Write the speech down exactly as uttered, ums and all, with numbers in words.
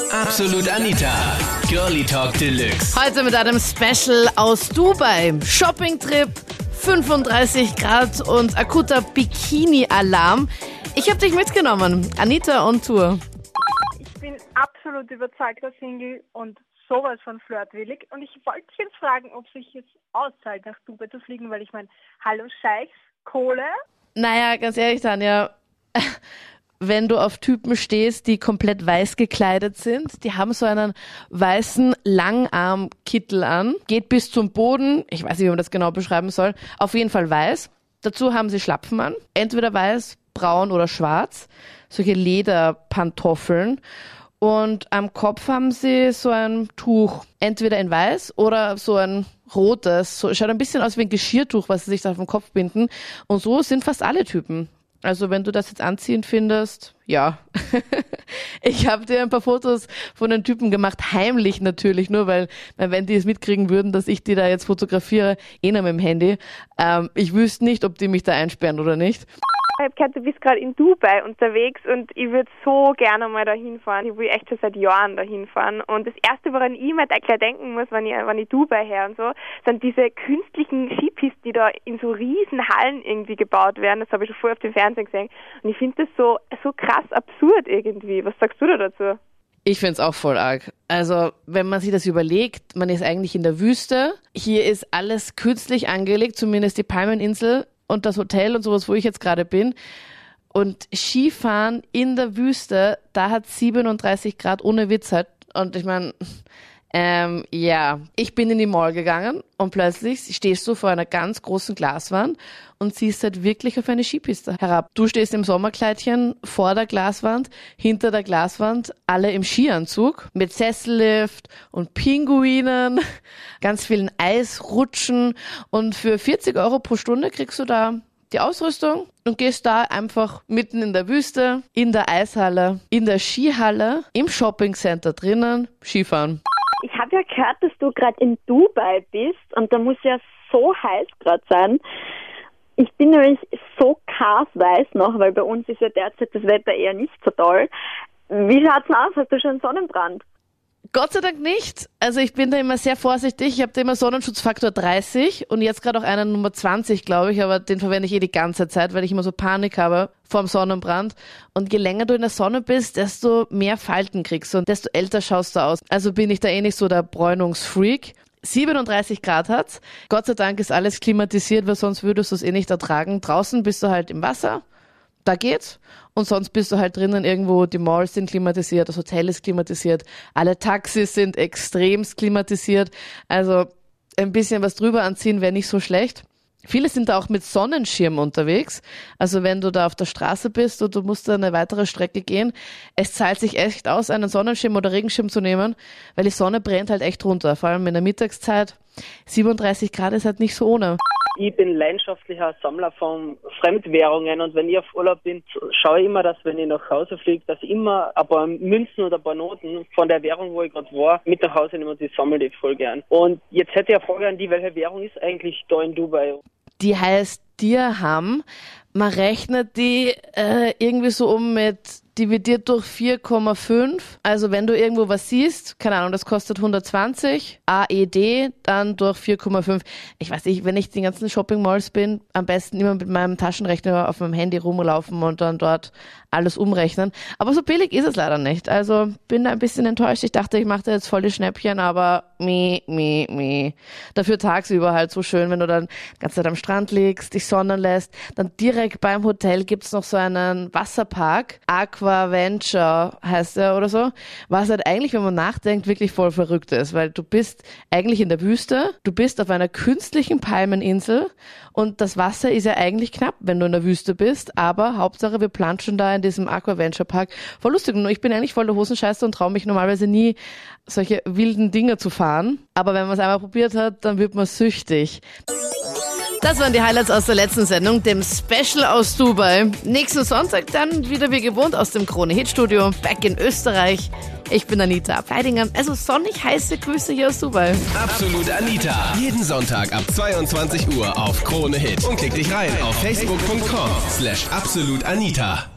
Absolut Anita, Girlie Talk Deluxe. Heute mit einem Special aus Dubai. Shoppingtrip, fünfunddreißig Grad und akuter Bikini-Alarm. Ich habe dich mitgenommen, Anita on Tour. Ich bin absolut überzeugter Single und sowas von flirtwillig. Und ich wollte dich jetzt fragen, ob sich jetzt auszahlt, nach Dubai zu fliegen, weil ich meine, hallo Scheichs, Kohle? Naja, ganz ehrlich, Tanja, wenn du auf Typen stehst, die komplett weiß gekleidet sind, die haben so einen weißen Langarmkittel an, geht bis zum Boden, ich weiß nicht, wie man das genau beschreiben soll, auf jeden Fall weiß. Dazu haben sie Schlapfen an, entweder weiß, braun oder schwarz, solche Lederpantoffeln. Und am Kopf haben sie so ein Tuch, entweder in weiß oder so ein rotes, so, schaut ein bisschen aus wie ein Geschirrtuch, was sie sich da auf den Kopf binden. Und so sind fast alle Typen. Also wenn du das jetzt anziehend findest, ja. Ich habe dir ein paar Fotos von den Typen gemacht, heimlich natürlich, nur weil, wenn die es mitkriegen würden, dass ich die da jetzt fotografiere, eh nur mit dem Handy. Ähm, ich wüsste nicht, ob die mich da einsperren oder nicht. Ich habe gehört, du bist gerade in Dubai unterwegs und ich würde so gerne mal dahin fahren. Ich will echt schon seit Jahren dahin fahren. Und das Erste, woran ich mir da gleich denken muss, wenn ich, wenn ich Dubai her und so, sind diese künstlichen Skipisten, die da in so riesen Hallen irgendwie gebaut werden. Das habe ich schon vorher auf dem Fernsehen gesehen. Und ich finde das so, so krass absurd irgendwie. Was sagst du da dazu? Ich find's auch voll arg. Also, wenn man sich das überlegt, man ist eigentlich in der Wüste. Hier ist alles künstlich angelegt, zumindest die Palmeninsel und das Hotel und sowas, wo ich jetzt gerade bin. Und Skifahren in der Wüste, da hat siebenunddreißig Grad ohne Witz halt. Und ich meine, ähm, ja, ich bin in die Mall gegangen und plötzlich stehst du vor einer ganz großen Glaswand und siehst halt wirklich auf eine Skipiste herab. Du stehst im Sommerkleidchen vor der Glaswand, hinter der Glaswand, alle im Skianzug mit Sessellift und Pinguinen, ganz vielen Eisrutschen und für vierzig Euro pro Stunde kriegst du da die Ausrüstung und gehst da einfach mitten in der Wüste, in der Eishalle, in der Skihalle, im Shoppingcenter drinnen, Skifahren. Ich habe ja gehört, dass du gerade in Dubai bist und da muss ja so heiß gerade sein. Ich bin nämlich so karsweiß noch, weil bei uns ist ja derzeit das Wetter eher nicht so toll. Wie schaut's denn aus? Hast du schon Sonnenbrand? Gott sei Dank nicht. Also ich bin da immer sehr vorsichtig. Ich habe da immer Sonnenschutzfaktor dreißig und jetzt gerade auch einen Nummer zwanzig, glaube ich, aber den verwende ich eh die ganze Zeit, weil ich immer so Panik habe vorm Sonnenbrand. Und je länger du in der Sonne bist, desto mehr Falten kriegst du und desto älter schaust du aus. Also bin ich da eh nicht so der Bräunungsfreak. siebenunddreißig Grad hat's. Gott sei Dank ist alles klimatisiert, weil sonst würdest du es eh nicht ertragen. Draußen bist du halt im Wasser. Da geht's. Und sonst bist du halt drinnen irgendwo, die Malls sind klimatisiert, das Hotel ist klimatisiert, alle Taxis sind extremst klimatisiert. Also ein bisschen was drüber anziehen wäre nicht so schlecht. Viele sind da auch mit Sonnenschirm unterwegs. Also wenn du da auf der Straße bist und du musst da eine weitere Strecke gehen, es zahlt sich echt aus, einen Sonnenschirm oder Regenschirm zu nehmen, weil die Sonne brennt halt echt runter. Vor allem in der Mittagszeit. siebenunddreißig Grad ist halt nicht so ohne. Ich bin leidenschaftlicher Sammler von Fremdwährungen und wenn ich auf Urlaub bin, schaue ich immer, dass wenn ich nach Hause fliege, dass ich immer ein paar Münzen oder ein paar Noten von der Währung, wo ich gerade war, mit nach Hause nehme und die sammle ich voll gern. Und jetzt hätte ich eine Frage an die, welche Währung ist eigentlich da in Dubai? Die heißt Dirham. Man rechnet die äh, irgendwie so um mit dividiert durch vier Komma fünf. Also wenn du irgendwo was siehst, keine Ahnung, das kostet hundertzwanzig A E D, dann durch vier Komma fünf. Ich weiß nicht, wenn ich in den ganzen Shopping-Malls bin, am besten immer mit meinem Taschenrechner auf meinem Handy rumlaufen und dann dort alles umrechnen. Aber so billig ist es leider nicht. Also bin da ein bisschen enttäuscht. Ich dachte, ich mache da jetzt voll die Schnäppchen, aber meh, meh, meh. Dafür tagsüber halt so schön, wenn du dann die ganze Zeit am Strand liegst, dich sonnen lässt. Dann direkt beim Hotel gibt's noch so einen Wasserpark. Aquaventure heißt er oder so. Was halt eigentlich, wenn man nachdenkt, wirklich voll verrückt ist. Weil du bist eigentlich in der Wüste, du bist auf einer künstlichen Palmeninsel und das Wasser ist ja eigentlich knapp, wenn du in der Wüste bist. Aber Hauptsache, wir planschen da in diesem Aquaventure Park. Voll lustig. Und ich bin eigentlich voll der Hosenscheißer und traue mich normalerweise nie, solche wilden Dinge zu fahren. Aber wenn man es einmal probiert hat, dann wird man süchtig. Das waren die Highlights aus der letzten Sendung, dem Special aus Dubai. Nächsten Sonntag dann wieder wie gewohnt aus dem Krone-Hit-Studio, back in Österreich. Ich bin Anita Ableidinger, also sonnig heiße Grüße hier aus Dubai. Absolut Anita, jeden Sonntag ab zweiundzwanzig Uhr auf Krone Hit. Und klick dich rein auf facebook punkt com slash absolutanita.